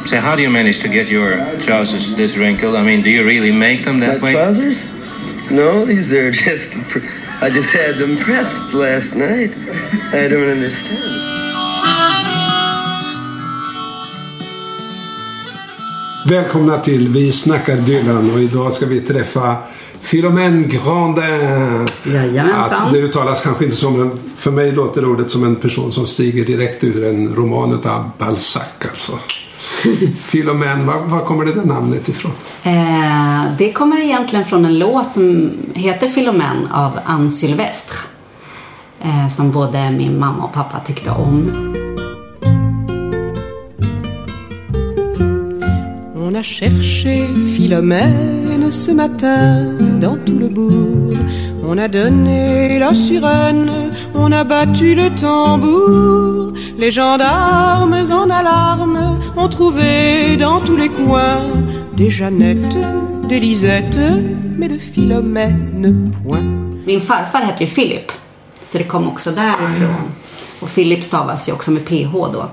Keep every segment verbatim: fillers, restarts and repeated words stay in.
So how do you manage to get your trousers this wrinkled? I mean, do you really make them that My way? trousers? No, these are just... I just had them pressed last night. I don't understand. Välkomna till Vi snackar Dylan, och idag ska vi träffa Philomène Grandin. Jajamensan. Alltså, det uttalas kanske inte som en, för mig låter ordet som en person som stiger direkt ur en roman av Balzac alltså. Philomène, var, var kommer det där namnet ifrån? Eh, det kommer egentligen från en låt som heter Philomène av Anne Sylvestre. Eh, som både min mamma och pappa tyckte om. On a cherché Philomène ce matin dans tout le bourg. On a donné la sirène, on a battu le tambour. Les gendarmes en alarme ont trouvé dans tous les coins des Jeannettes, des Lisettes, mais de Philomène point. Min farfar hette ju Philip, så det kom också därifrån. Och Philip stavas ju också med P H då.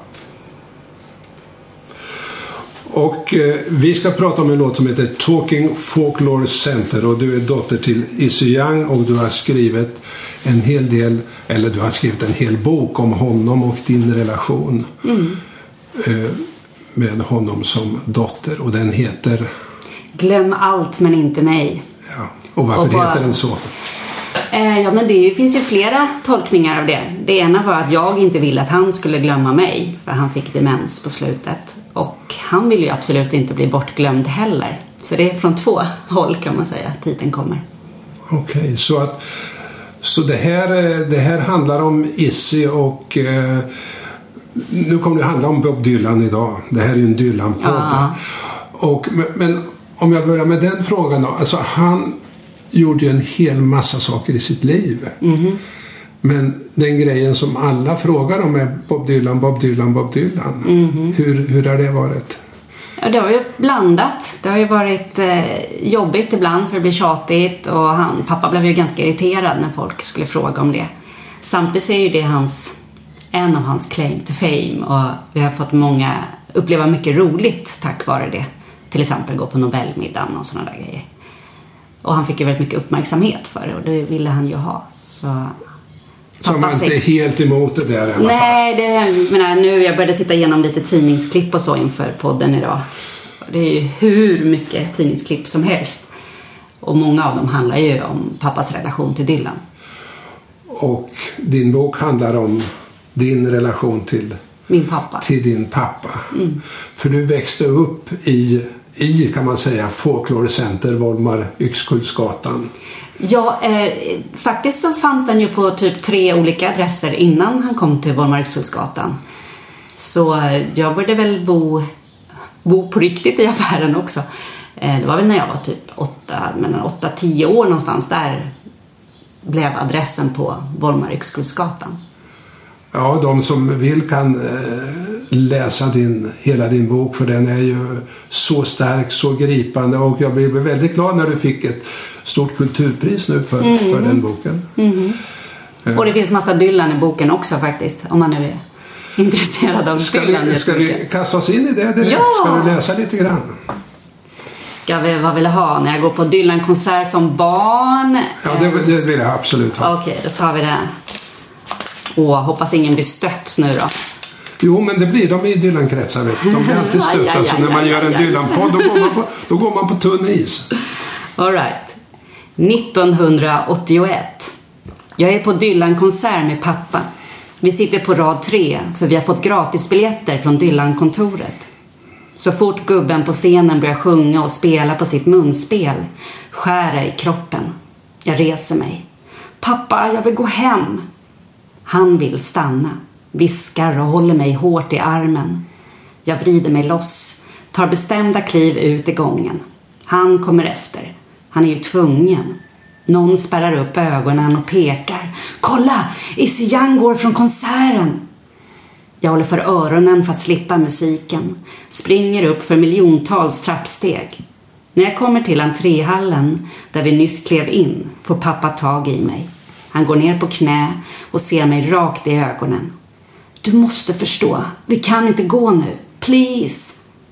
Och eh, vi ska prata om en låt som heter Talking Folklore Center, och du är dotter till Issy Young, och du har skrivit en hel del, eller du har skrivit en hel bok om honom och din relation mm. eh, med honom som dotter, och den heter Glöm allt men inte mig. Ja, och varför och bara... heter den så? Eh, ja, men det är, finns ju flera tolkningar av det. Det ena var att jag inte ville att han skulle glömma mig, för han fick demens på slutet. Och han vill ju absolut inte bli bortglömd heller. Så det är från två håll kan man säga att titeln kommer. Okej, okay, så att så det här, det här handlar om Issy, och eh, nu kommer det handla om Bob Dylan idag. Det här är ju en Dylan-podd. Ja. Och, men, men om jag börjar med den frågan då. Alltså han gjorde ju en hel massa saker i sitt liv. Mm-hmm. Men den grejen som alla frågar om är Bob Dylan, Bob Dylan, Bob Dylan. Mm-hmm. Hur, hur har det varit? Ja, det har ju blandat. Det har ju varit eh, jobbigt ibland för det blir tjatigt. Och han, pappa blev ju ganska irriterad när folk skulle fråga om det. Samtidigt är ju det hans, en av hans claim to fame. Och vi har fått många uppleva mycket roligt tack vare det. Till exempel gå på Nobelmiddagen och sådana där grejer. Och han fick ju väldigt mycket uppmärksamhet för det, och det ville han ju ha. Så... Så man inte är helt emot det där i alla Nej, det, men nu jag började titta igenom lite tidningsklipp och så inför podden idag. Det är ju hur mycket tidningsklipp som helst. Och många av dem handlar ju om pappas relation till Dylan. Och din bok handlar om din relation till min pappa. Till din pappa. Mm. För du växte upp i, i kan man säga, Folklore Center, Volmar Yxkullsgatan. Ja, eh, faktiskt så fanns den ju på typ tre olika adresser innan han kom till Volmar Yxkullsgatan. Så eh, jag började väl bo, bo på riktigt i affären också. Eh, det var väl när jag var typ åtta, mellan åtta, tio år någonstans där blev adressen på Volmar Yxkullsgatan. Ja, de som vill kan eh, läsa din, hela din bok, för den är ju så stark, så gripande, och jag blev väldigt glad när du fick ett stort kulturpris nu för, mm. för den boken. Mm. Eh. Och det finns massa Dylan i boken också faktiskt, om man nu är intresserad av ska Dylan. Vi, ska vi kasta oss in i det direkt? Ja! Ska du läsa lite grann? Ska vi, vad vill jag ha? När jag går på Dylan-konsert som barn? Ja, det, det vill jag absolut ha. Okej, okay, då tar vi det. Åh, hoppas ingen blir stött nu då. Jo, men det blir de i Dylan-kretsar, vet du. De blir alltid stött. Aj, alltså, aj, när man aj, gör en Dylan-podd, då går man på, då går man på tunn is. All right. nittonhundraåttioett. Jag är på Dylan-konsert med pappa. Vi sitter på rad tre, för vi har fått gratisbiljetter från Dylan-kontoret. Så fort gubben på scenen börjar sjunga och spela på sitt munspel skär det i kroppen. Jag reser mig. Pappa, jag vill gå hem. Han vill stanna, viskar och håller mig hårt i armen. Jag vrider mig loss, tar bestämda kliv ut i gången. Han kommer efter. Han är ju tvungen. Någon spärrar upp ögonen och pekar. Kolla, Issy Young går från konserten. Jag håller för öronen för att slippa musiken. Springer upp för miljontals trappsteg. När jag kommer till entréhallen där vi nyss klev in får pappa tag i mig. Han går ner på knä och ser mig rakt i ögonen. Du måste förstå, vi kan inte gå nu. Please.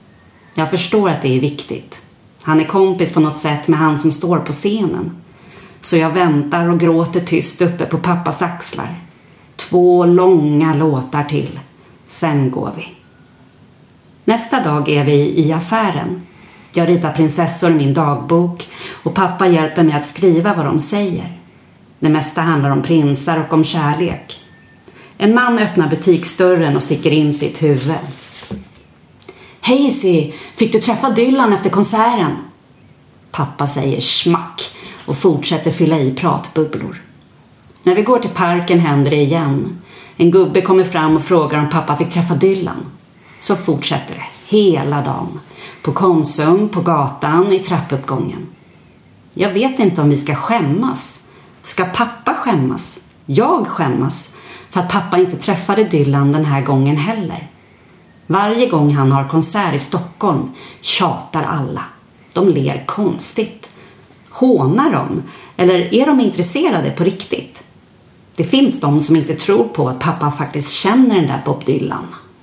Jag förstår att det är viktigt. Han är kompis på något sätt med han som står på scenen. Så jag väntar och gråter tyst uppe på pappas axlar. Två långa låtar till. Sen går vi. Nästa dag är vi i affären. Jag ritar prinsessor i min dagbok och pappa hjälper mig att skriva vad de säger. Det mesta handlar om prinsar och om kärlek. En man öppnar butiksdörren och sticker in sitt huvud. Hej Izzy, fick du träffa Dylan efter konserten? Pappa säger smack och fortsätter fylla i pratbubblor. När vi går till parken händer det igen. En gubbe kommer fram och frågar om pappa fick träffa Dylan. Så fortsätter det hela dagen. På Konsum, på gatan, i trappuppgången. Jag vet inte om vi ska skämmas. Ska pappa skämmas? Jag skämmas för att pappa inte träffade Dylan den här gången heller. Varje gång han har konsert i Stockholm tjatar alla. De ler konstigt. Hånar de? Eller är de intresserade på riktigt? Det finns de som inte tror på att pappa faktiskt känner den där Bob Dylan.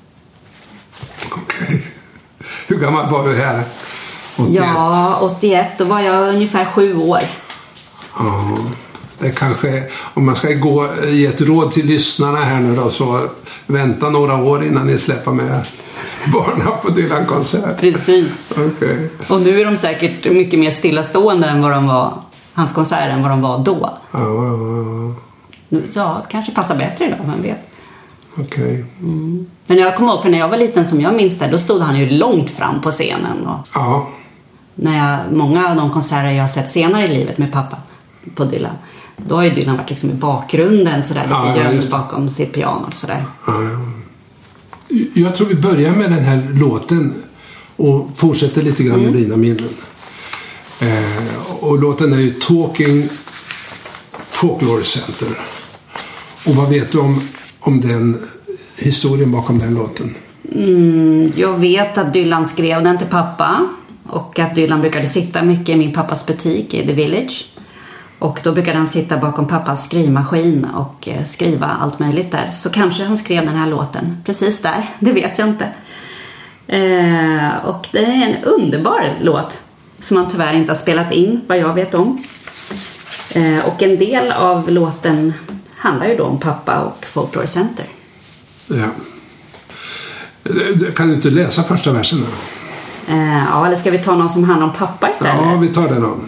Okej. Hur gammal var du här? åttioett? Ja, åttioett. Då var jag ungefär sju år. Ja, det kanske, om man ska gå ge ett råd till lyssnarna här nu då, så vänta några år innan ni släpper med barnen på Dylan-konsert. Precis. Okay. Och nu är de säkert mycket mer stillastående än vad de var, hans konsert, än vad de var då. Ja, ja, ja. Ja, kanske passar bättre idag, man vet. Okej. Okay. Mm. Men jag kommer ihåg, för när jag var liten som jag minns det, då stod han ju långt fram på scenen. Och ja. När jag, många av de konserter jag har sett senare i livet med pappa på Dylan, då har ju Dylan varit liksom i bakgrunden sådär, lite ja, gömd ja, bakom sitt piano och sådär. Ja, ja. Jag tror vi börjar med den här låten och fortsätter lite grann med mm. dina minnen. Eh, och låten är ju Talking Folklore Center. Och vad vet du om, om den historien bakom den låten? Mm, jag vet att Dylan skrev den till pappa. Och att Dylan brukade sitta mycket i min pappas butik i The Village. Och då brukade han sitta bakom pappas skrivmaskin och skriva allt möjligt där. Så kanske han skrev den här låten precis där, det vet jag inte. Eh, och det är en underbar låt som han tyvärr inte har spelat in, vad jag vet om. Eh, och en del av låten handlar ju då om pappa och Folklore Center. Ja. Kan du inte läsa första versen då? Eh, ja, eller ska vi ta någon som handlar om pappa istället? Ja, vi tar den då.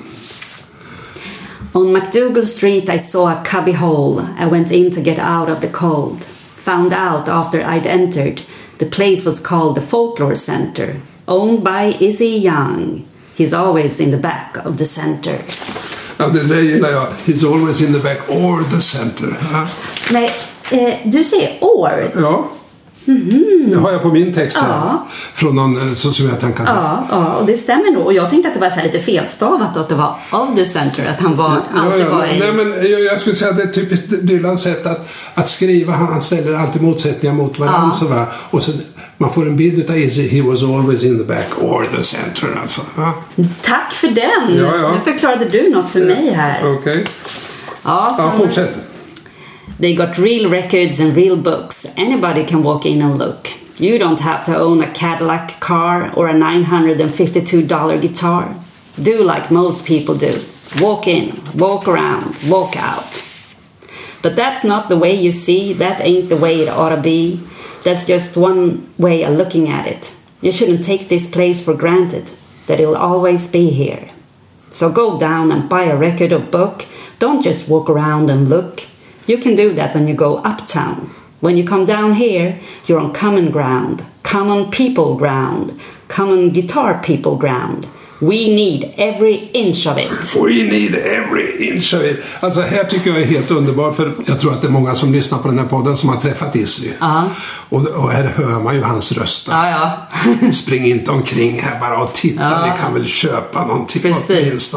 On McDougal Street I saw a cubby hole. I went in to get out of the cold. Found out after I'd entered. The place was called the Folklore Center. Owned by Izzy Young. He's always in the back of the center. Ja, det där gillar jag. He's always in the back or the center. Ja. Nej, eh, du säger or. Ja. Mm-hmm. Det har jag på min text här. Ja. Från någon så som jag tänkte. Ja, ja, och det stämmer nog. Och jag tänkte att det var så här lite felstavat och att det var of the center, att han var ja, alltid ja, var nej, nej, men jag, jag skulle säga att det är typiskt Dylans sätt att, att skriva. Han ställer alltid motsättningar mot varandra. Ja. Så va? Och så man får en bild av Izzy. He was always in the back or the center. Alltså. Ja. Tack för den. Ja, ja. Nu förklarade du något för ja. mig här. Okej. Okay. Ja, ja, fortsätt. They got real records and real books. Anybody can walk in and look. You don't have to own a Cadillac car or a nine hundred fifty-two dollars guitar. Do like most people do. Walk in, walk around, walk out. But that's not the way you see. That ain't the way it ought to be. That's just one way of looking at it. You shouldn't take this place for granted. That it'll always be here. So go down and buy a record or book. Don't just walk around and look. You can do that when you go uptown. When you come down here, you're on common ground, common people ground, common guitar people ground. We need every inch of it. We need every inch of it. Alltså här tycker jag är helt underbart, för jag tror att det är många som lyssnar på den här podden som har träffat Izzy. Uh-huh. Och, och här hör man ju hans röst. Uh-huh. Spring inte omkring här bara och titta, uh-huh. Ni kan väl köpa någonting. Precis.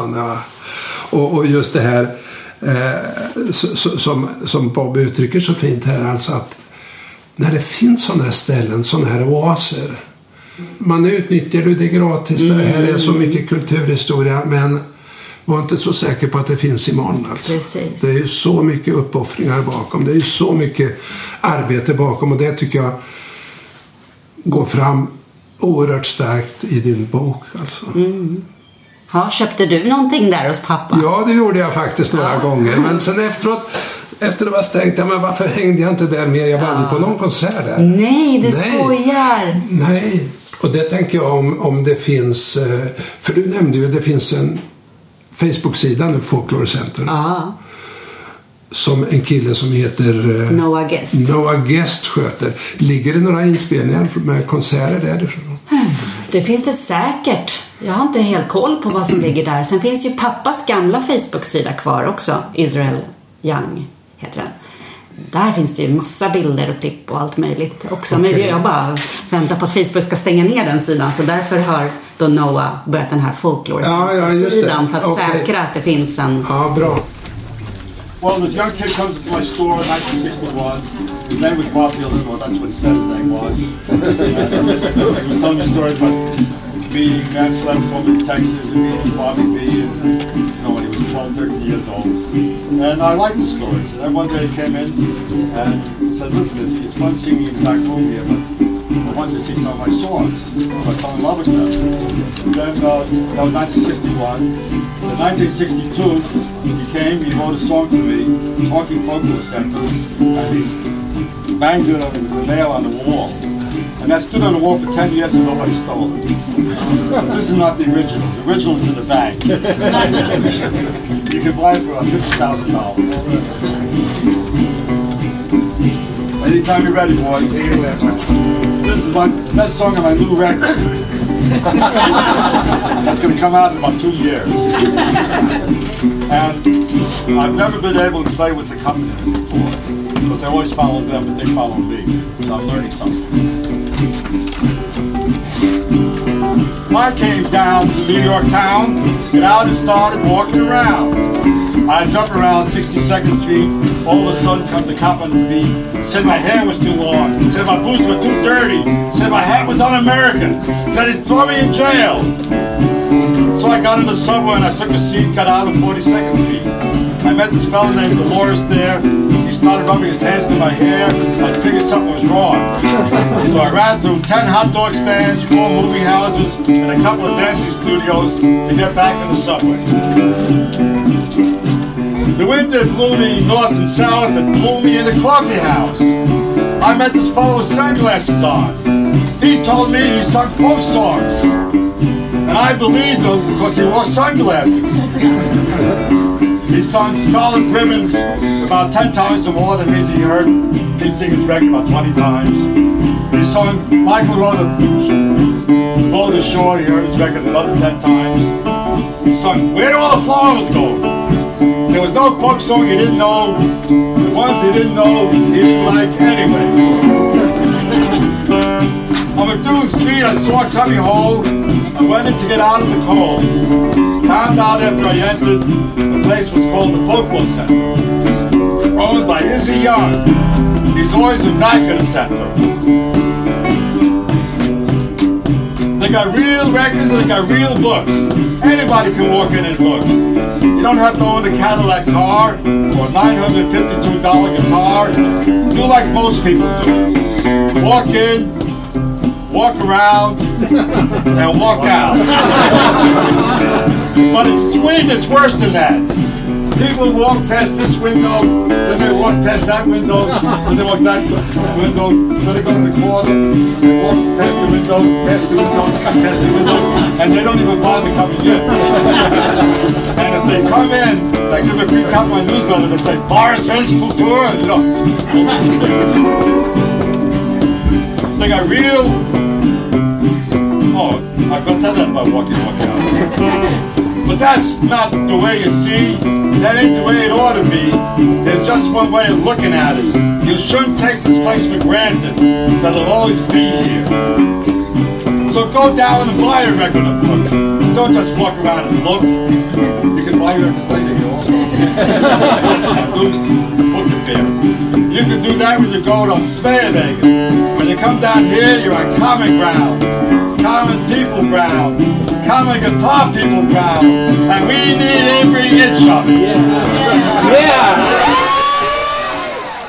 Och, och just det här Eh, så, som, som Bob uttrycker så fint här, alltså att när det finns sådana här ställen, sådana här oaser, man utnyttjar det gratis. Mm. Det här är så mycket kulturhistoria, men var inte så säker på att det finns imorgon alltså. Precis. Det är ju så mycket uppoffringar bakom, det är ju så mycket arbete bakom, och det tycker jag går fram oerhört starkt i din bok. Alltså. Mm. Ja, köpte du någonting där hos pappa? Ja, det gjorde jag faktiskt några ja. gånger. Men sen efteråt, efter det var stängt, ja, men varför hängde jag inte där mer? Jag var ja. aldrig på någon konsert där. Nej, du Nej. skojar. Nej, och det tänker jag om, om det finns... För du nämnde ju, det finns en Facebook-sida nu, Folklore Center. Ja. Som en kille som heter Noah Guest. Noah Guest sköter. Ligger det några inspelningar med konserter därifrån? Det finns det säkert. Jag har inte helt koll på vad som ligger där. Sen finns ju pappas gamla Facebook-sida kvar också. Israel Young heter den. Där finns det ju massa bilder och klipp och allt möjligt också. Okay. Men jag bara väntar på att Facebook ska stänga ner den sidan. Så därför har då Noah börjat den här Folklore-sidan. Ja, ja, för att okay. säkra att det finns en... Ja, bra. Well, this young kid comes to my store in nineteen sixty-one. His name was Bob Dylan, well, that's what he said his name was. He was telling me stories about meeting Max Lefkow in Texas and meeting Bobby V, and, you know, when he was twelve, thirteen years old. And I liked the stories. And then one day he came in and said, listen, it's, it's fun singing in Black Room here, but I wanted to see some of my songs. I fell in love with them. And then uh, that was nineteen sixty-one. In nineteen sixty-two, he came, he wrote a song for me, Talking Folklore Center, and he banged it on the nail on the wall. And that stood on the wall for ten years and nobody stole it. This is not the original. The original is in the bank. You can buy it for fifty thousand dollars. Anytime you're ready, boys. This is my best song on my new record. It's going to come out in about two years. And I've never been able to play with the company before, because I always followed them, but they followed me. So I'm learning something. I came down to New York town, got out and started walking around. I jumped around sixty-second Street, all of a sudden comes a cop on the beat, said my hair was too long, said my boots were too dirty, said my hat was un-American, said he'd throw me in jail. So I got in the subway and I took a seat, got out on forty-second Street. I met this fellow named Dolores there. He started rubbing his hands through my hair. I figured something was wrong. So I ran through ten hot dog stands, four movie houses, and a couple of dancing studios to get back in the subway. The wind that blew me north and south and blew me in the coffee house. I met this fellow with sunglasses on. He told me he sung folk songs. And I believed him because he wore sunglasses. He sung Scarlet Ribbons about ten times or more than he heard Pete sing his record about twenty times. He sung Michael wrote a Below the Shore, he heard his record another ten times. He sung Where Do All the Flowers Go? There was no folk song he didn't know. The ones he didn't know, he didn't like anyway. On McDougal Street, I saw it coming home. I went in to get out of the cold. Found out after I entered, the place was called the Folklore Center. Owned by Izzy Young. He's always been back at the center. They got real records and they got real books. Anybody can walk in and look. You don't have to own a Cadillac car or a nine hundred fifty-two dollar guitar. Do like most people do. Walk in, walk around, and walk out. But in Sweden, it's worse than that. People walk past this window, then they walk past that window, then they walk that window, then they go to the corner, they walk past the window, past the window, past the window, and they don't even bother coming in. And if they come in, I give a free copy of my newsletter, they say, Boris Svensk Kultur, you know. They got real, oh, I've got to tell that about walking, walking out. But that's not the way you see. That ain't the way it ought to be. There's just one way of looking at it. You shouldn't take this place for granted. That it'll always be here. So go down and buy a record of book. Don't just walk around and look. You can buy records later here also. Oops, book affair. You can do that when you go to Sveavägen. When you come down here, you're on common ground. Common people ground. Common guitar people ground. And we need every inch of it. Yeah. Yeah.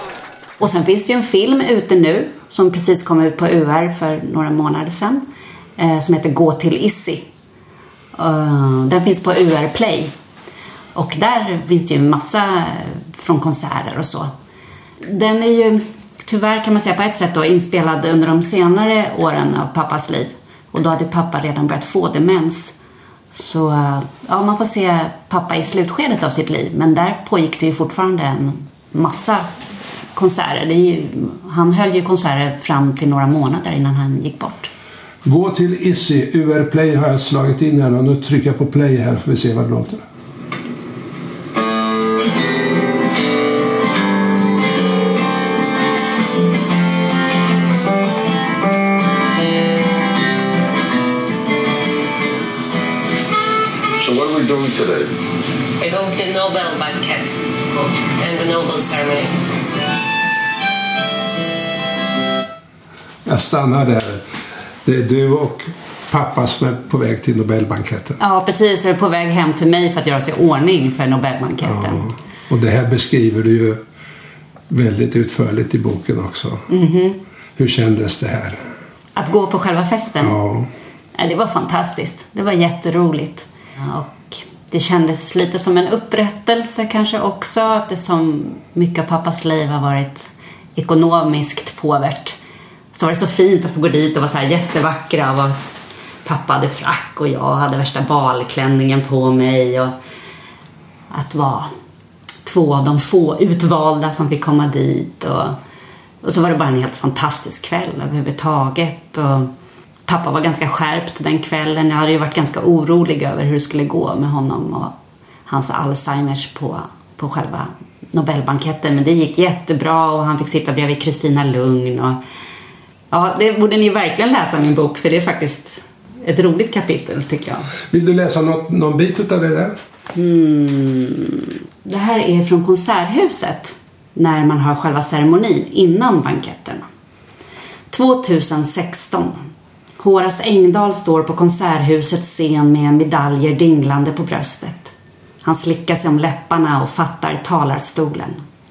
Och sen finns det ju en film ute nu som precis kom ut på U R för några månader sedan. eh, som heter Gå till Issy. Uh, den finns på U R Play. Och där finns det ju en massa från konserter och så. Den är ju tyvärr kan man säga på ett sätt då inspelad under de senare åren av pappas liv. Och då hade pappa redan börjat få demens. Så ja, man får se pappa i slutskedet av sitt liv. Men där pågick det ju fortfarande en massa konserter. Det är ju, han höll ju konserter fram till några månader innan han gick bort. Gå till Issy, U R Play har jag slagit in här och nu trycker jag på play här för vi se vad det låter. So what are we doing today? We're going to the Nobel banquet and the Nobel ceremony. Jag stannar där. Det är du och pappa som är på väg till Nobelbanketten. Ja, precis. Jag är på väg hem till mig för att göra sig i ordning för Nobelbanketten. Ja, och det här beskriver du ju väldigt utförligt i boken också. Mm-hmm. Hur kändes det här? Att gå på själva festen? Ja. Ja, det var fantastiskt. Det var jätteroligt. Och det kändes lite som en upprättelse kanske också. Eftersom mycket av pappas liv har varit ekonomiskt påvärt. Så var det så fint att få gå dit och vara så här jättevackra. Och pappa hade frack och jag hade värsta balklänningen på mig. Och att vara två av de få utvalda som fick komma dit. Och, och så var det bara en helt fantastisk kväll överhuvudtaget. Och pappa var ganska skärpt den kvällen. Jag hade ju varit ganska orolig över hur det skulle gå med honom och hans Alzheimers på, på själva Nobelbanketten. Men det gick jättebra och han fick sitta bredvid Kristina Lugn. Och ja, det borde ni verkligen läsa min bok för det är faktiskt ett roligt kapitel tycker jag. Vill du läsa något, någon bit av det där? Mm. Det här är från Konserthuset när man har själva ceremonin innan banketten. tjugohundrasexton. Horace Engdahl står på Konserthusets scen med medaljer dinglande på bröstet. Han slickar sig om läpparna och fattar talarstolen.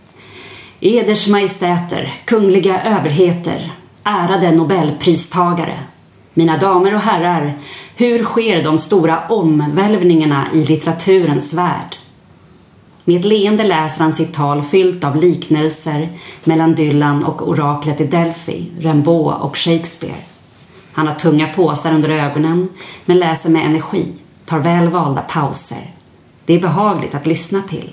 Eders majestäter, kungliga överheter, ärade nobelpristagare. Mina damer och herrar, hur sker de stora omvälvningarna i litteraturens värld? Med ett leende läser han sitt tal fyllt av liknelser mellan Dylan och oraklet i Delphi, Rimbaud och Shakespeare. Han har tunga påsar under ögonen men läser med energi, tar väl valda pauser. Det är behagligt att lyssna till.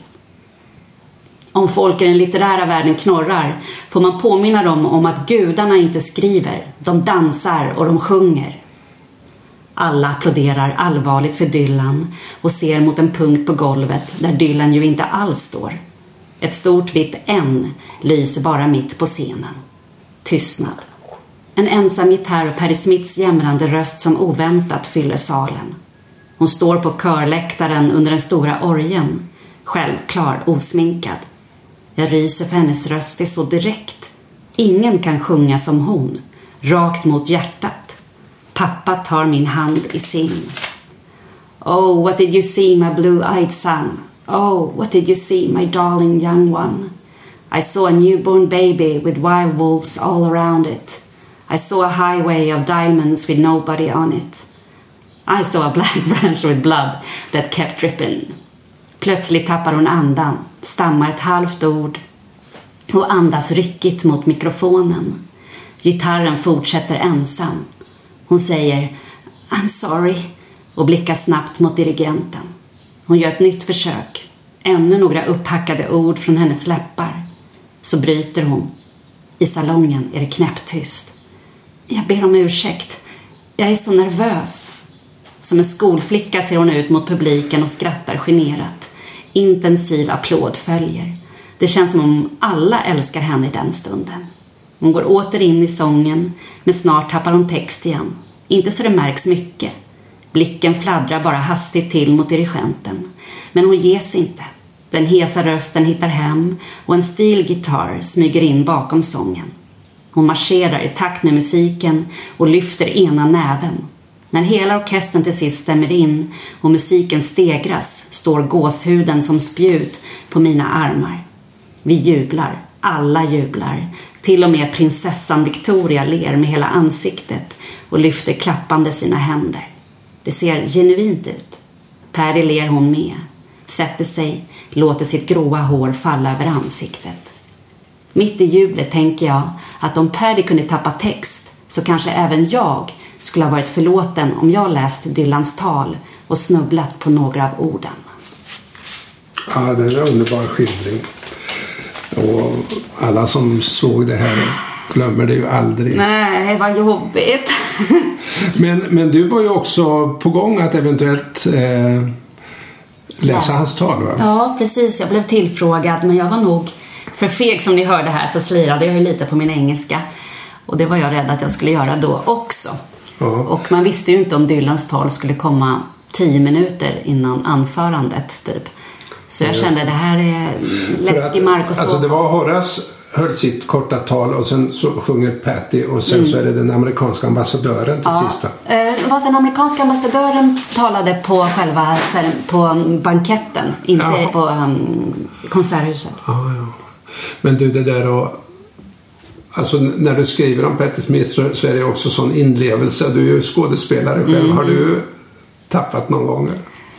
Om folk i den litterära världen knorrar får man påminna dem om att gudarna inte skriver, de dansar och de sjunger. Alla applåderar allvarligt för Dylan och ser mot en punkt på golvet där Dylan ju inte alls står. Ett stort vitt N lyser bara mitt på scenen. Tystnad. En ensam gitarr och Perry Smiths jämrande röst som oväntat fyller salen. Hon står på körläktaren under den stora orgeln, självklar, osminkad. Jag ryser för hennes röst är så direkt. Ingen kan sjunga som hon, rakt mot hjärtat. Pappa tar min hand i sin. Oh, what did you see, my blue-eyed son? Oh, what did you see, my darling young one? I saw a newborn baby with wild wolves all around it. I saw a highway of diamonds with nobody on it. I saw a black branch with blood that kept dripping. Plötsligt tappar hon andan, stammar ett halvt ord och andas ryckigt mot mikrofonen. Gitarren fortsätter ensam. Hon säger I'm sorry och blickar snabbt mot dirigenten. Hon gör ett nytt försök. Ännu några upphackade ord från hennes läppar. Så bryter hon. I salongen är det knäpptyst. Jag ber om ursäkt. Jag är så nervös. Som en skolflicka ser hon ut mot publiken och skrattar generat. Intensiv applåd följer. Det känns som om alla älskar henne i den stunden. Hon går åter in i sången, men snart tappar hon text igen. Inte så det märks mycket. Blicken fladdrar bara hastigt till mot dirigenten. Men hon ges inte. Den hesa rösten hittar hem och en stilgitarr smyger in bakom sången. Hon marscherar i takt med musiken och lyfter ena näven. När hela orkestern till sist stämmer in och musiken stegras står gåshuden som spjut på mina armar. Vi jublar, alla jublar. Till och med prinsessan Victoria ler med hela ansiktet och lyfter klappande sina händer. Det ser genuint ut. Paddy ler hon med, sätter sig, låter sitt gråa hår falla över ansiktet. Mitt i jublet tänker jag att om Paddy kunde tappa text så kanske även jag skulle ha varit förlåten om jag läst Dylans tal och snubblat på några av orden. Ja, det är en underbar skildring. Och alla som såg det här glömmer det ju aldrig. Nej, vad jobbigt. men, men du var ju också på gång att eventuellt eh, läsa ja. hans tal, va? Ja, precis. Jag blev tillfrågad, men jag var nog för feg. Som ni hörde här så slirade jag ju lite på min engelska. Och det var jag rädd att jag skulle göra då också. Ja. Och man visste ju inte om Dylans tal skulle komma tio minuter innan anförandet, typ. Så jag kände det här är läskig mark att stå. Alltså det var Horace höll sitt korta tal och sen så sjunger Patty och sen mm. så är det den amerikanska ambassadören till ja. sista. Det var den amerikanska ambassadören talade på själva på banketten, inte ja. på um, konserthuset. Ja, ja. Men du, det där och alltså när du skriver om Patti Smith så, så är det också sån inlevelse. Du är ju skådespelare själv. Mm. Har du tappat någon gång?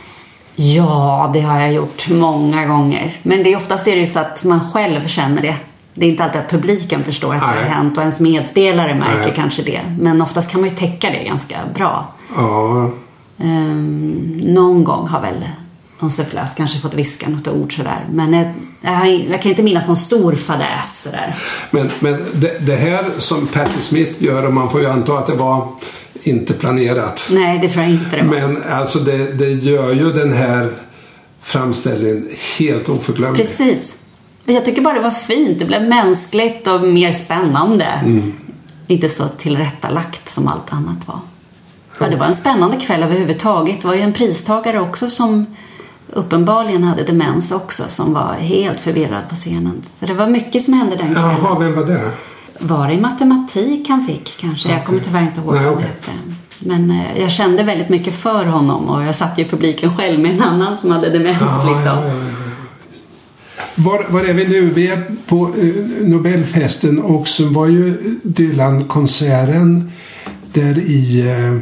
Ja, det har jag gjort många gånger. Men det är oftast är det ju så att man själv känner det. Det är inte alltid att publiken förstår att Nej. det har hänt och ens medspelare märker Nej. kanske det. Men oftast kan man ju täcka det ganska bra. Ja. Um, någon gång har väl någon sufflös kanske fått viska något ord sådär. Men jag, jag, jag kan inte minnas någon stor fadäs sådär. Men, men det, det här som Patti Smith gör, och man får ju anta att det var inte planerat. Nej, det tror jag inte det var. Men alltså det, det gör ju den här framställningen helt oförglömlig. Precis. Jag tycker bara det var fint. Det blev mänskligt och mer spännande. Mm. Inte så tillrättalagt som allt annat var. Ja, det var en spännande kväll överhuvudtaget. Det var ju en pristagare också som uppenbarligen hade demens också, som var helt förvirrad på scenen. Så det var mycket som hände den kvällen. Jaha, vem var det? Var det i matematik han fick kanske? Okay. Jag kommer tyvärr inte ihåg. Nej, vad okay. det hette. Men eh, jag kände väldigt mycket för honom. Och jag satt ju i publiken själv med en annan som hade demens. Ja, liksom. ja, ja, ja. Var, var är vi nu? Vi är på eh, Nobelfesten. Och så var ju Dylan-konserten där i eh,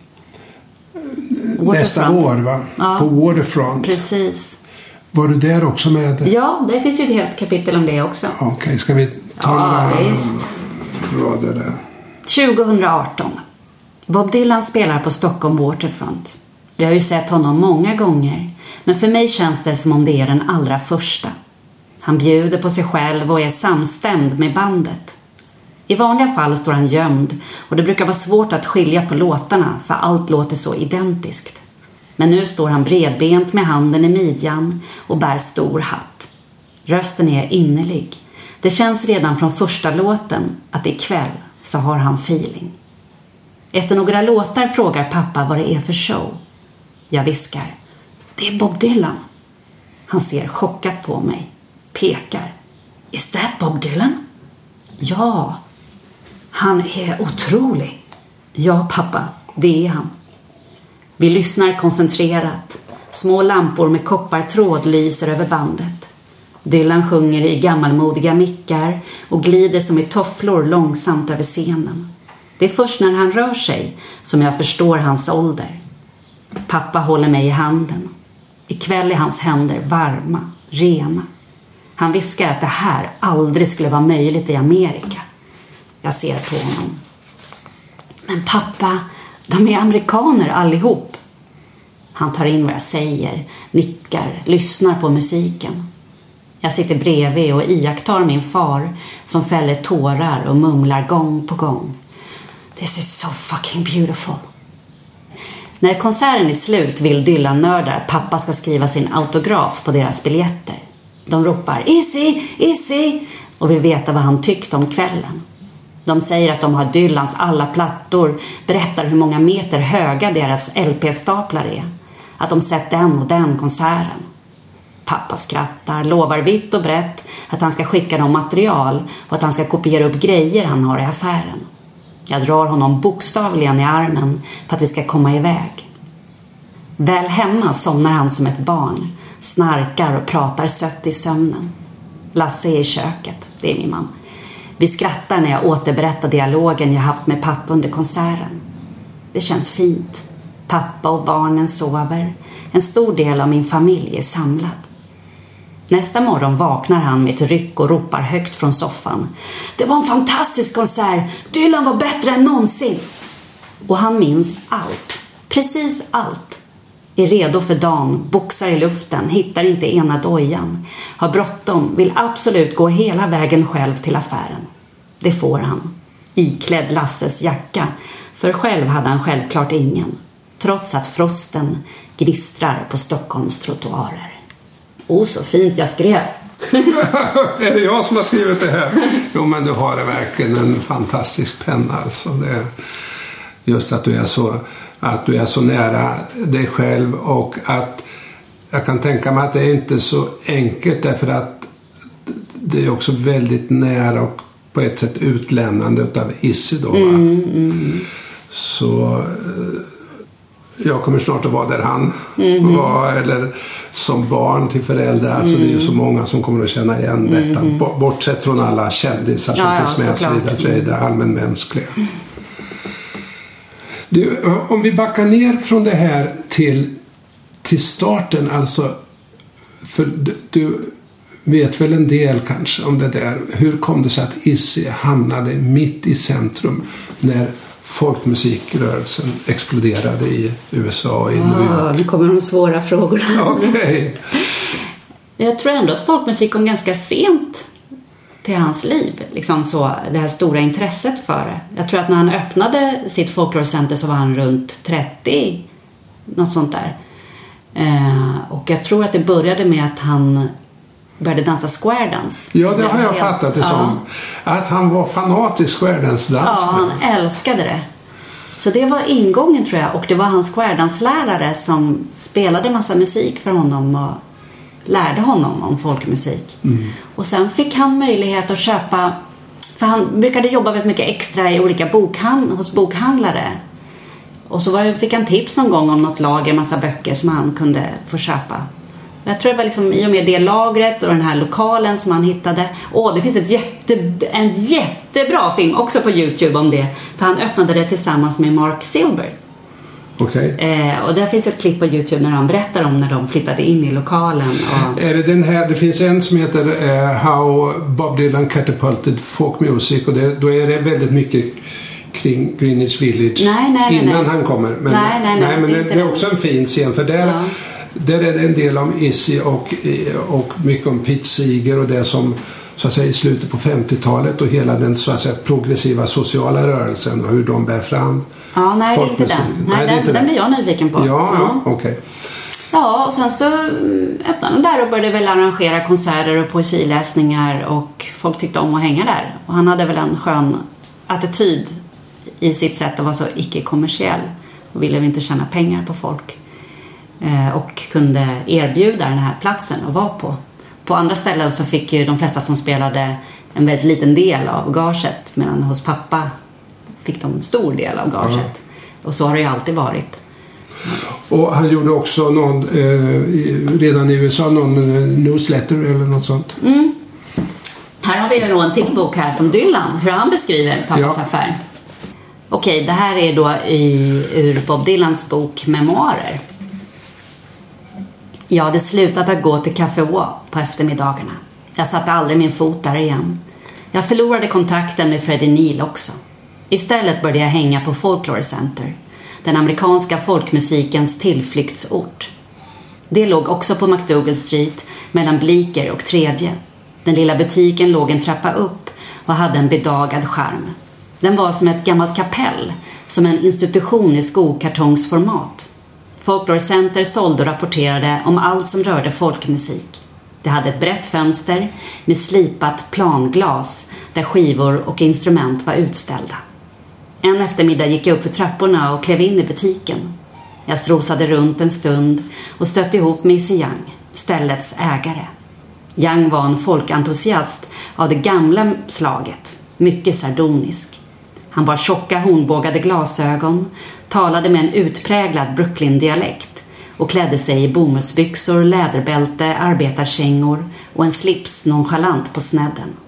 nästa år, va? Ja, på Waterfront. Precis. Var du där också med? Ja, det finns ju ett helt kapitel om det också. Okej, okay, ska vi ta ja, några visst. rader där? tjugohundraarton. Bob Dylan spelar på Stockholm Waterfront. Jag har ju sett honom många gånger, men för mig känns det som om det är den allra första. Han bjuder på sig själv och är samstämd med bandet. I vanliga fall står han gömd och det brukar vara svårt att skilja på låtarna för allt låter så identiskt. Men nu står han bredbent med handen i midjan och bär stor hatt. Rösten är innerlig. Det känns redan från första låten att ikväll så har han feeling. Efter några låtar frågar pappa vad det är för show. Jag viskar: det är Bob Dylan. Han ser chockat på mig. Pekar. Is that Bob Dylan? Ja. Han är otrolig. Ja, pappa, det är han. Vi lyssnar koncentrerat. Små lampor med koppartråd lyser över bandet. Dylan sjunger i gammalmodiga mickar och glider som i tofflor långsamt över scenen. Det är först när han rör sig som jag förstår hans ålder. Pappa håller mig i handen. Ikväll är hans händer varma, rena. Han viskar att det här aldrig skulle vara möjligt i Amerika. Jag ser på honom. Men pappa, de är amerikaner allihop. Han tar in vad jag säger, nickar, lyssnar på musiken. Jag sitter bredvid och iakttar min far som fäller tårar och mumlar gång på gång. This is so fucking beautiful. När konserten är slut vill Dylan-nördar att pappa ska skriva sin autograf på deras biljetter. De ropar Izzy, Izzy och vill veta vad han tyckte om kvällen. De säger att de har Dylans alla plattor, berättar hur många meter höga deras L P-staplar är. Att de sett den och den konserten. Pappa skrattar, lovar vitt och brett att han ska skicka dem material och att han ska kopiera upp grejer han har i affären. Jag drar honom bokstavligen i armen för att vi ska komma iväg. Väl hemma somnar han som ett barn, snarkar och pratar sött i sömnen. Lasse är i köket, det är min man. Vi skrattar när jag återberättar dialogen jag haft med pappa under konserten. Det känns fint. Pappa och barnen sover. En stor del av min familj är samlad. Nästa morgon vaknar han med ett ryck och ropar högt från soffan. Det var en fantastisk konsert. Dylan var bättre än någonsin. Och han minns allt. Precis allt. Är redo för dagen, boxar i luften, hittar inte ena dojan. Har bråttom, vill absolut gå hela vägen själv till affären. Det får han. Iklädd Lasses jacka. För själv hade han självklart ingen. Trots att frosten gnistrar på Stockholms trottoarer. Åh, så fint jag skrev. Är det jag som har skrivit det här? Jo, men du har det verkligen en fantastisk penna. Alltså. Det är just att du är så att du är så nära dig själv, och att jag kan tänka mig att det är inte så enkelt, därför att det är också väldigt nära och på ett sätt utlämnande av Izzy då. Va? Mm, mm. Så jag kommer snart att vara där han mm. var, eller som barn till föräldrar. Alltså mm. det är ju så många som kommer att känna igen detta. Mm. Bortsett från alla kändisar som ja, finns med, ja, så vidare, så är det allmänmänskliga. Mm. Du, om vi backar ner från det här till, till starten, alltså, för du, du vet väl en del kanske om det där. Hur kom det sig att Izzy hamnade mitt i centrum när folkmusikrörelsen exploderade i U S A och i New York? Ja, det kommer de svåra frågorna. Okej. Okay. Jag tror ändå att folkmusik kom ganska sent till hans liv, liksom så, det här stora intresset för det. Jag tror att när han öppnade sitt folklorcenter så var han runt trettio, något sånt där. Eh, och jag tror att det började med att han började dansa square dance. Ja, det har jag helt fattat det ja. som. Att han var fanatisk square dance-dansare. Ja, han älskade det. Så det var ingången, tror jag. Och det var hans square dance-lärare som spelade massa musik för honom och lärde honom om folkmusik. Mm. Och sen fick han möjlighet att köpa, för han brukade jobba väldigt mycket extra i olika bokhand, hos bokhandlare. Och så var det, fick han tips någon gång om något lager, massa böcker som han kunde få köpa. Jag tror det var liksom i och med det lagret och den här lokalen som han hittade. Åh, det finns ett jätte, en jättebra film också på YouTube om det. För han öppnade det tillsammans med Mark Silver. Okay. Eh, och där finns ett klipp på YouTube när han berättar om när de flyttade in i lokalen. Och... Är det den här, det finns en som heter uh, How Bob Dylan Catapulted Folk Music, och det, då är det väldigt mycket kring Greenwich Village nej, nej, innan nej, nej. han kommer. Men, nej, nej, nej, nej, men det, det är också en fin scen, för där, ja. där är det en del om Izzy och, och mycket om Pete Seeger och det som så att säga i slutet på femtiotalet och hela den så att säga progressiva sociala rörelsen och hur de bär fram. Ja, nej, det är inte den. Nej, nej den, inte den, den blir jag nyfiken på. Ja, ja, okej. Okay. Ja, och sen så öppnade han där och började väl arrangera konserter och poesiläsningar, och folk tyckte om att hänga där. Och han hade väl en skön attityd i sitt sätt att vara så icke-kommersiell och ville inte tjäna pengar på folk. Eh, och kunde erbjuda den här platsen att vara på. På andra ställen så fick ju de flesta som spelade en väldigt liten del av gaget, medan hos pappa fick de en stor del av gaget. Ja. Och så har det ju alltid varit. Och han gjorde också någon, eh, redan i U S A någon eh, newsletter eller något sånt. Mm. Här har vi ju en till bok här som Dylan, hur han beskriver pappas ja. affär. Okej, det här är då i, ur Bob Dylans bok Memoarer. Jag hade slutat att gå till Café Å på eftermiddagarna. Jag satte aldrig min fot där igen. Jag förlorade kontakten med Freddie Neal också. Istället började jag hänga på Folklore Center, den amerikanska folkmusikens tillflyktsort. Det låg också på McDougal Street mellan Bleecker och Tredje. Den lilla butiken låg en trappa upp och hade en bedagad charm. Den var som ett gammalt kapell, som en institution i skokartongsformat. Folklore Center sålde och rapporterade om allt som rörde folkmusik. Det hade ett brett fönster med slipat planglas där skivor och instrument var utställda. En eftermiddag gick jag upp för trapporna och klev in i butiken. Jag strosade runt en stund och stötte ihop med Izzy Young, ställets ägare. Young var en folkentusiast av det gamla slaget, mycket sardonisk. Han bar tjocka hornbågade glasögon, talade med en utpräglad Brooklyn-dialekt och klädde sig i bomullsbyxor, läderbälte, arbetarkängor och en slips nonchalant på snedden.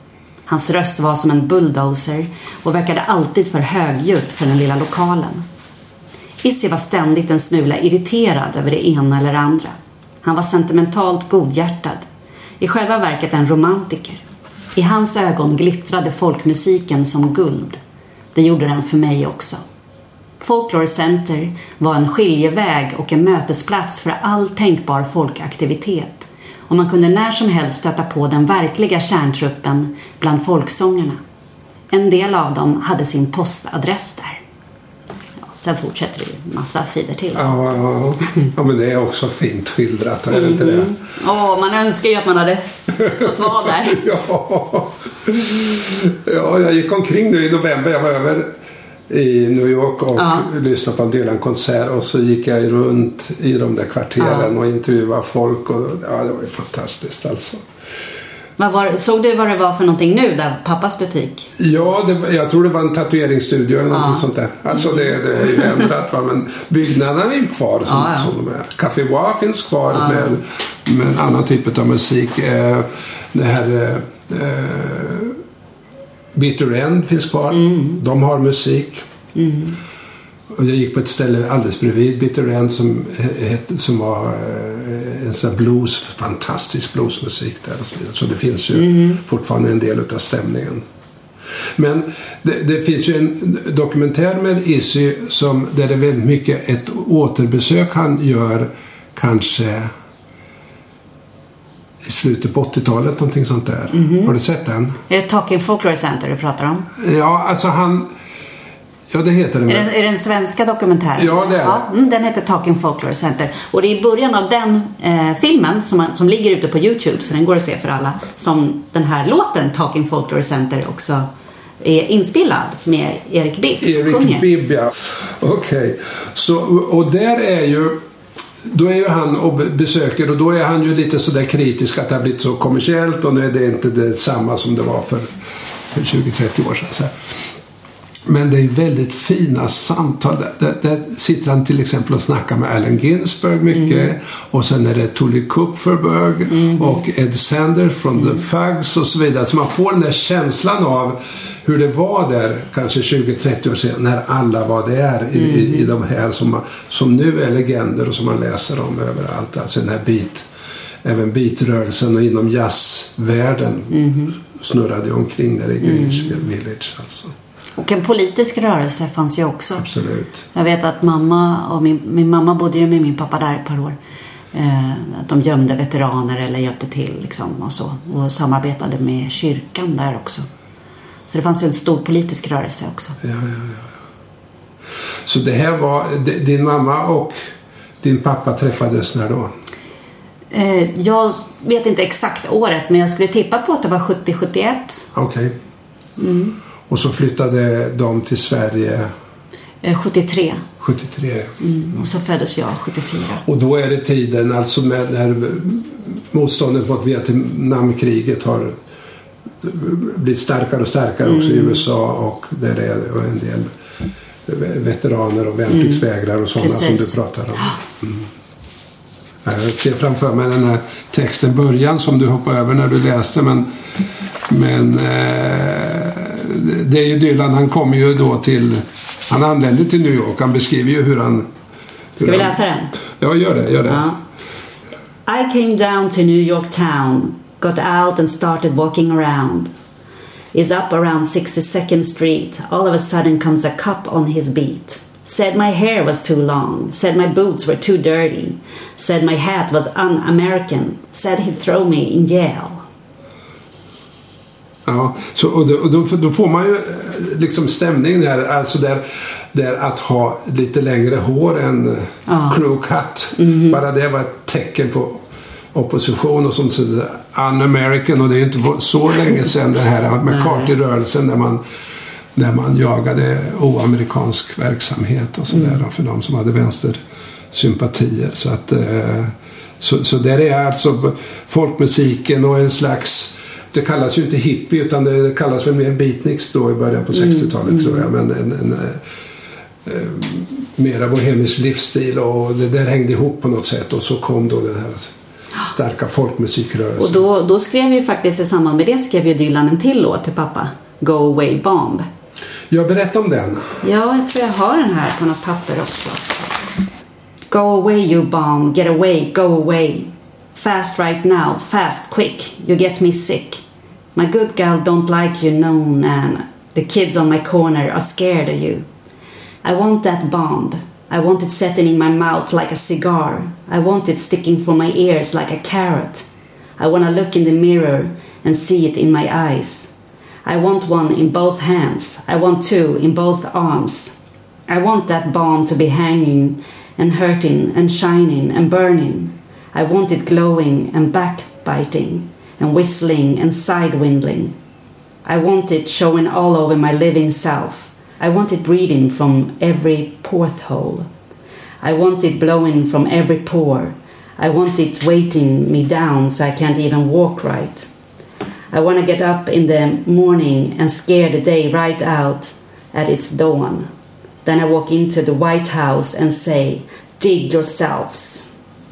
Hans röst var som en bulldozer och verkade alltid för högljutt för den lilla lokalen. Izzy var ständigt en smula irriterad över det ena eller andra. Han var sentimentalt godhjärtad. I själva verket en romantiker. I hans ögon glittrade folkmusiken som guld. Det gjorde den för mig också. Folklore Center var en skiljeväg och en mötesplats för all tänkbar folkaktivitet. Och man kunde när som helst stöta på den verkliga kärntruppen bland folksångerna. En del av dem hade sin postadress där. Ja, sen fortsätter det ju massa sidor till. Ja, ja, ja, men det är också fint skildrat, är det inte det? Ja, man önskar ju att man hade fått vara där. Ja. Ja, jag gick omkring nu i november. Jag var över i New York och ja. lyssnade på en Dylan-konsert och så gick jag runt i de där kvarteren ja. och intervjuade folk och ja, det var ju fantastiskt alltså. Vad var, såg du vad det var för någonting nu där, pappas butik? Ja, det, jag tror det var en tatueringsstudio eller ja. någonting sånt där. Alltså det, det är ju ändrat va? Men byggnaderna är ju kvar som, ja, ja. som de är. Café Wa finns kvar ja. med, med en annan typ av musik. Eh, det här eh, Bitter End finns kvar. Mm. De har musik. Mm. Och jag gick på ett ställe alldeles bredvid Bitter End som, hette, som var en sån blues, fantastisk bluesmusik där och så vidare. Så det finns ju mm. fortfarande en del av stämningen. Men det, det finns ju en dokumentär med Izzy som, där det är väldigt mycket ett återbesök han gör kanske i slutet på åttiotalet, någonting sånt där. Mm-hmm. Har du sett den? Är det Talking Folklore Center du pratar om? Ja, alltså han... Ja, det heter den. Är det, är det en svenska dokumentären? Ja, det är ja, mm, den heter Talking Folklore Center. Och det är i början av den eh, filmen som, man, som ligger ute på YouTube, så den går att se för alla, som den här låten Talking Folklore Center också är inspelad med Erik Bibb. Erik Bibb, ja. Okej. Okay. Och där är ju... Då är ju han och besöker och då är han ju lite sådär kritisk att det har blivit så kommersiellt och nu är det inte det samma som det var för, för tjugo trettio år sedan. Så. Men det är väldigt fina samtal. Där, där sitter han till exempel och snackar med Allen Ginsberg mycket. Mm. Och sen är det Tully Kupferberg mm. och Ed Sanders från mm. The Fugs och så vidare. Så man får den där känslan av hur det var där kanske tjugo trettio år sedan när alla var där i, mm. i, i de här som, som nu är legender och som man läser om överallt. Alltså den här beat, även beatrörelsen och inom jazzvärlden mm. snurrade omkring där i Greenwich mm. Village alltså. Och en politisk rörelse fanns ju också. Absolut. Jag vet att mamma och min, min mamma bodde ju med min pappa där ett par år. Eh, att de gömde veteraner eller hjälpte till liksom och så. Och samarbetade med kyrkan där också. Så det fanns ju en stor politisk rörelse också. Ja, ja, ja. Så det här var, din mamma och din pappa träffades när då? Eh, jag vet inte exakt året, men jag skulle tippa på att det var sjuttio sjuttioett. Okej. Okay. Mm. Och så flyttade de till Sverige? Eh, sjuttiotre. sjuttiotre. Mm. Och så föddes jag sjuttiofyra. Och då är det tiden, alltså med när motståndet mot Vietnamkriget har blivit starkare och starkare också mm. i U S A och där är det en del veteraner och värnpliktsvägrare och sådana Precis. Som du pratar om. Mm. Jag ser framför mig den här texten början som du hoppade över när du läste, men, men eh, det är ju Dylan, han kommer ju då till, han anlände till New York, han beskriver ju hur han... Ska vi läsa den? Ja, gör det, gör det. Ja. I came down to New York town, got out and started walking around. Is up around sixty-second Street, all of a sudden comes a cop on his beat. Said my hair was too long, said my boots were too dirty, said my hat was un-American, said he'd throw me in jail. Ja, så, och, då, och då, då får man ju liksom stämningen här, alltså där, där att ha lite längre hår än ja. crew cut. Mm-hmm. Bara det var ett tecken på opposition och som så un-American, och det är ju inte så länge sedan den här McCarthy-rörelsen där man där man jagade oamerikansk verksamhet och sådär mm. för de som hade vänstersympatier. Så att så, så där är alltså folkmusiken och en slags, det kallas ju inte hippie utan det kallas väl mer beatniks då i början på sextiotalet mm. tror jag, men en, en, en, en mera bohemisk livsstil och det där hängde ihop på något sätt och så kom då den här starka folkmusikrörelsen. Och då, då skrev ju faktiskt i samband med det skrev ju Dylan en till låt till pappa. Go Away Bomb. Jag berättar om den. Ja, jag tror jag har den här på något papper också. Go away you bomb, get away, go away. Fast right now, fast, quick, you get me sick. My good gal don't like you, no, Nan. The kids on my corner are scared of you. I want that bomb. I want it setting in my mouth like a cigar. I want it sticking from my ears like a carrot. I want to look in the mirror and see it in my eyes. I want one in both hands. I want two in both arms. I want that bomb to be hanging and hurting and shining and burning. I want it glowing and backbiting and whistling and side-windling. I want it showing all over my living self. I want it breathing from every porthole. I want it blowing from every pore. I want it weighting me down so I can't even walk right. I want to get up in the morning and scare the day right out at its dawn. Then I walk into the White House and say, dig yourselves.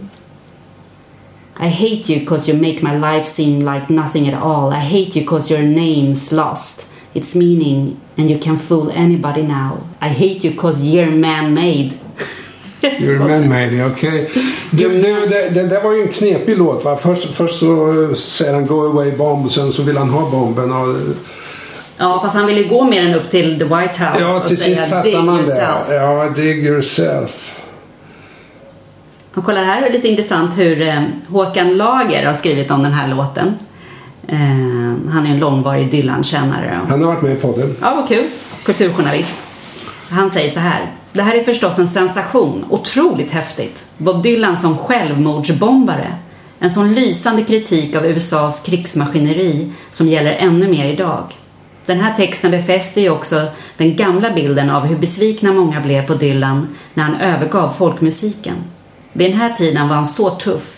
I hate you because you make my life seem like nothing at all. I hate you because your name's lost its meaning and you can fool anybody now. I hate you because you're man-made. You're man-made, okej. Okay. Det, det, det, det var ju en knepig låt, va? Först, först så säger han go away bomb och sen så vill han ha bomben och... Ja, fast han ville gå mer än upp till the White House ja, och till säga sist fattar dig man yourself. Det. Ja, dig yourself. Och kolla, här är lite intressant hur eh, Håkan Lager har skrivit om den här låten. Eh, han är en långvarig Dylan-kännare. Han har varit med i podden. Ja, vad kul. Kulturjournalist. Han säger så här: det här är förstås en sensation, otroligt häftigt. Bob Dylan som självmordsbombare. En sån lysande kritik av U S A:s krigsmaskineri som gäller ännu mer idag. Den här texten befäster ju också den gamla bilden av hur besvikna många blev på Dylan när han övergav folkmusiken. Vid den här tiden var han så tuff,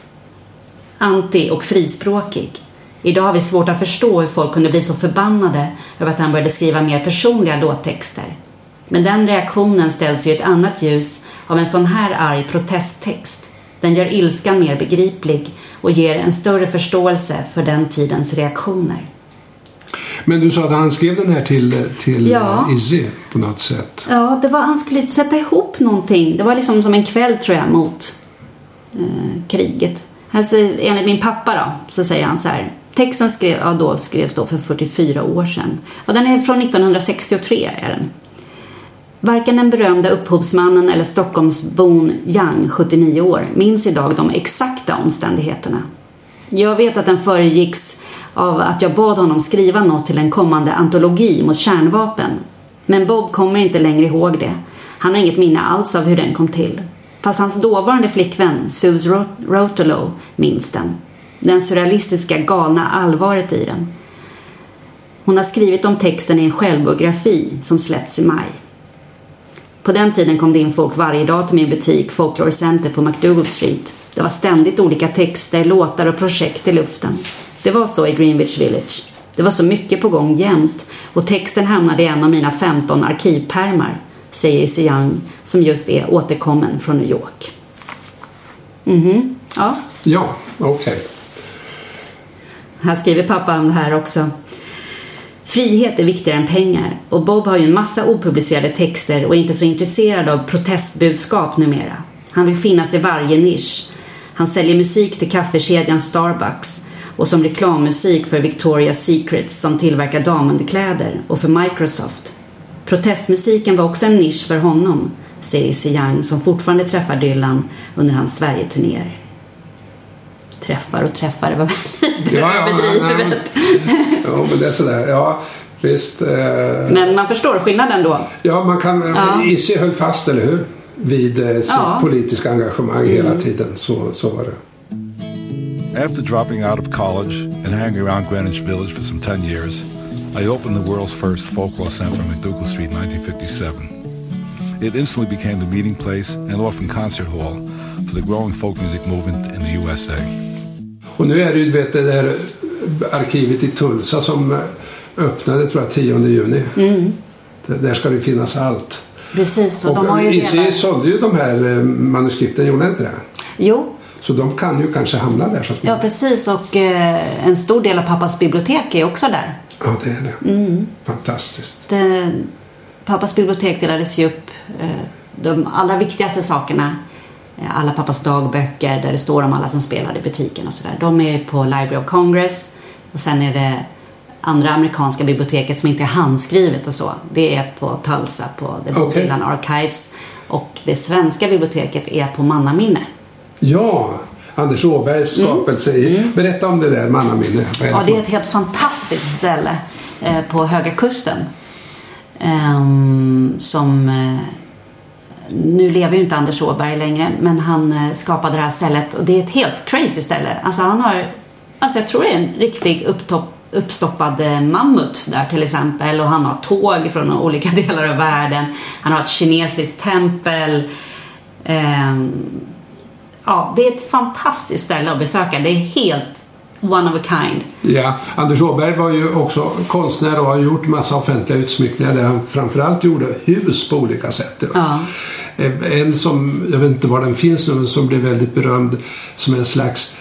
anti- och frispråkig. Idag har vi svårt att förstå hur folk kunde bli så förbannade över att han började skriva mer personliga låttexter. Men den reaktionen ställs ju i ett annat ljus av en sån här arg protesttext. Den gör ilskan mer begriplig och ger en större förståelse för den tidens reaktioner. Men du sa att han skrev den här till, till ja. Izzy på något sätt. Ja, det var, han skulle sätta ihop någonting. Det var liksom som en kväll, tror jag, mot eh, kriget. Alltså, enligt min pappa då, så säger han så här. Texten skrev, ja, då skrevs då för fyrtiofyra år sedan. Och den är från nittonhundrasextiotre är den. Varken den berömda upphovsmannen eller Stockholmsbon Young, sjuttionio år, minns idag de exakta omständigheterna. Jag vet att den föregicks av att jag bad honom skriva något till en kommande antologi mot kärnvapen. Men Bob kommer inte längre ihåg det. Han har inget minne alls av hur den kom till. Fast hans dåvarande flickvän, Suze Rotolo, minns den. Den surrealistiska galna allvaret i den. Hon har skrivit om texten i en självbiografi som släppts i maj. På den tiden kom det in folk varje dag till min butik Folklore Center på McDougal Street. Det var ständigt olika texter, låtar och projekt i luften. Det var så i Greenwich Village. Det var så mycket på gång jämt och texten hamnade i en av mina femton arkivpärmar, säger Izzy Young, som just är återkommen från New York. Mhm, ja. Ja, okej. Okay. Här skriver pappa om det här också. Frihet är viktigare än pengar och Bob har ju en massa opublicerade texter och är inte så intresserad av protestbudskap numera. Han vill finnas i varje nisch. Han säljer musik till kaffekedjan Starbucks och som reklammusik för Victoria's Secret som tillverkar damunderkläder och för Microsoft. Protestmusiken var också en nisch för honom, säger Izzy Young, som fortfarande träffar Dylan under hans Sverige-turnéer. Träffar och träffar, det var väldigt ja, ja, överdrivet. Ja, men det är sådär, ja, visst. Eh... Men man förstår skillnaden då. Ja, man kan, ja. Izzy höll fast, eller hur? Vid eh, sitt ja. politiska engagemang mm. hela tiden, så, så var det. After dropping out of college and hanging around Greenwich Village for some ten years, I opened the world's first folklore center on McDougal Street in nineteen fifty-seven. It instantly became the meeting place and often concert hall for the growing folk music movement in the U S A. Och nu är det ju, vet, det där arkivet i Tulsa som öppnade, tror jag, tionde juni. Mm. Där ska det finnas allt. Precis, och, och de har ju Izzy sålde ju de här manuskripten, gjorde inte det? Jo, Så de kan ju kanske hamna där så Ja, precis. Och eh, en stor del av pappas bibliotek är också där. Ja, det är det. Mm. Fantastiskt. Det, pappas bibliotek delades ju upp eh, de allra viktigaste sakerna. Eh, alla pappas dagböcker där det står om alla som spelade i butiken och sådär. De är på Library of Congress. Och sen är det andra amerikanska biblioteket som inte är handskrivet och så. Det är på Tulsa på The Bob Okay. Dylan Archives. Och det svenska biblioteket är på Mannaminne. Ja, Anders Åbergs skapelse. Mm. Mm. Berätta om det där Mannaminne. Vad är det Ja, det är för- ett helt fantastiskt ställe eh, på Höga Kusten. Ehm, som... Eh, nu lever ju inte Anders Åberg längre, men han eh, skapade det här stället. Och det är ett helt crazy ställe. Alltså han har... Alltså jag tror det är en riktig upptopp, uppstoppad eh, mammut där till exempel. Och han har tåg från olika delar av världen. Han har ett kinesiskt tempel. Ehm, ja, det är ett fantastiskt ställe att besöka. Det är helt one of a kind. Ja, Anders Åberg var ju också konstnär och har gjort massa offentliga utsmyckningar där han framförallt gjorde hus på olika sätt. Ja. En som, jag vet inte var den finns nu, men som blev väldigt berömd som en slags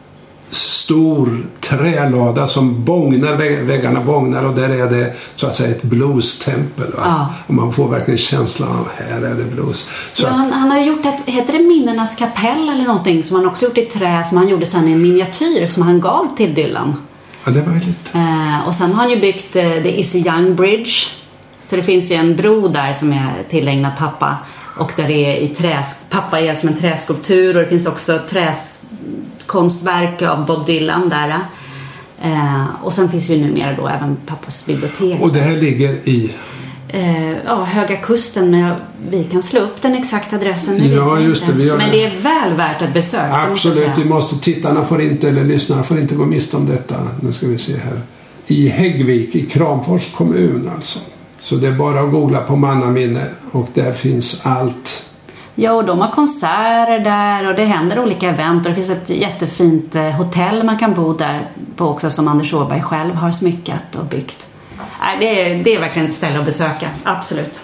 stor trälada som bångnar, väggarna bångnar och där är det så att säga ett blues-tempel. Va? Ja. Och man får verkligen känslan av här är det blues. Så Ja, han, han har gjort ett, heter det Minnenas kapell eller någonting som han också gjort i trä som han gjorde sen i en miniatyr som han gav till Dylan. ja, det är möjligt. Eh, och sen har han ju byggt eh, The Issy Young Bridge. Så det finns ju en bro där som är tillägnad pappa. Och där det är i trä, pappa är som en träskulptur och det finns också träkonstverk av Bob Dylan där. Eh, och sen finns ju numera då även pappas bibliotek. Och det här ligger i... Eh, ja, Höga Kusten, men jag, vi kan slå upp den exakta adressen. Det Ja, vet jag just inte. det, vi gör men det. det är väl värt att besöka. måste jag Absolut, säga. vi måste, tittarna får inte, eller lyssnarna får inte gå miste om detta. Nu ska vi se här. I Häggvik, i Kramfors kommun alltså. Så det är bara att googla på Mannaminne och där finns allt. Ja, och de har konserter där och det händer olika event och det finns ett jättefint eh, hotell man kan bo där på också som Anders Åberg själv har smyckat och byggt. Nej, det är, det är verkligen ett ställe att besöka, absolut.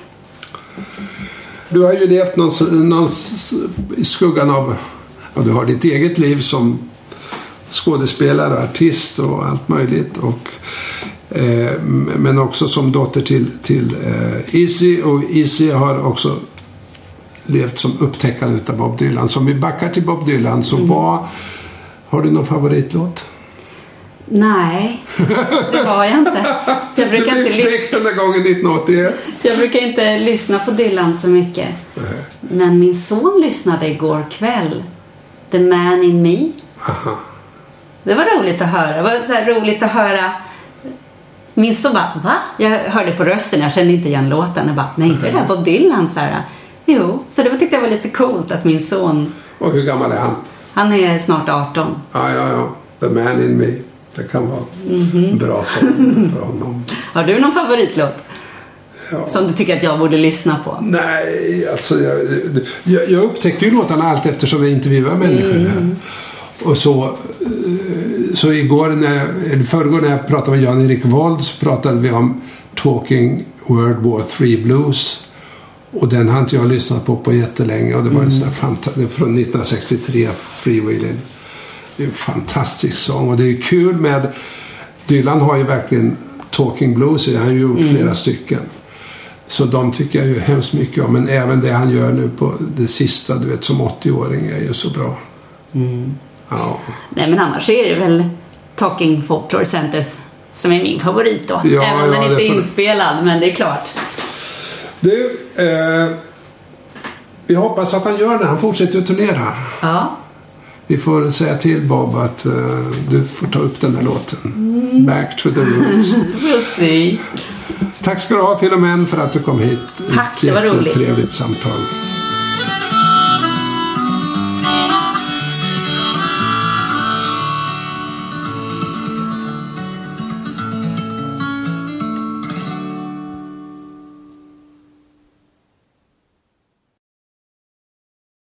Du har ju levt någon, någon i skuggan av, ja, du har ditt eget liv som skådespelare, artist och allt möjligt och eh, men också som dotter till, till eh, Izzy, och Izzy har också levt som upptäckare utav Bob Dylan. Så om vi backar till Bob Dylan så Mm. vad, har du någon favoritlåt? Nej, det har jag inte. Jag brukar Du inte, blev lys- knäckt den där gången nittonhundraåttioett. jag brukar inte lyssna på Dylan så mycket. Men min son lyssnade igår kväll. The Man in Me. Aha. Det var roligt att höra. Det var så här roligt att höra. Min son bara, va? Jag hörde på rösten, jag kände inte igen låten. Jag bara, nej, inte det där Bob Dylan, så här. Jo, så det var, tyckte jag var lite coolt att min son, Och hur gammal är han? han är snart arton. Ja, ja, ja. The Man in Me. Det kan vara en bra sång för honom. Har du någon favoritlåt? Ja. Som du tycker att jag borde lyssna på? Nej, alltså jag, jag, jag upptäcker ju låtarna allt eftersom jag intervjuar människor här. Och så, så igår när jag, eller förrgår när jag pratade med Jan-Erik Wolds pratade vi om Talking World War Three Blues. Och den har inte jag lyssnat på på jättelänge. Och det var en sån här fantastisk, från nittonhundrasextiotre, Freewheeling. Det är en fantastisk sång. Och det är kul med, Dylan har ju verkligen Talking Blues, han har ju gjort mm. flera stycken. Så de tycker jag ju hemskt mycket om. Men även det han gör nu på det sista, du vet, som åttio-åring är ju så bra. Mm. Ja. Nej, men annars är det väl Talking Folklore Centers som är min favorit då. Ja, även om ja, den inte är får... inspelad, men det är klart. Du, eh, vi hoppas att han gör det. Han fortsätter att turnera. Ja. Vi får säga till Bob att uh, du får ta upp den här låten. Mm. Back to the roots. We'll see. Tack ska du ha, Filomen, för att du kom hit. Tack, det var roligt. Ett trevligt samtal.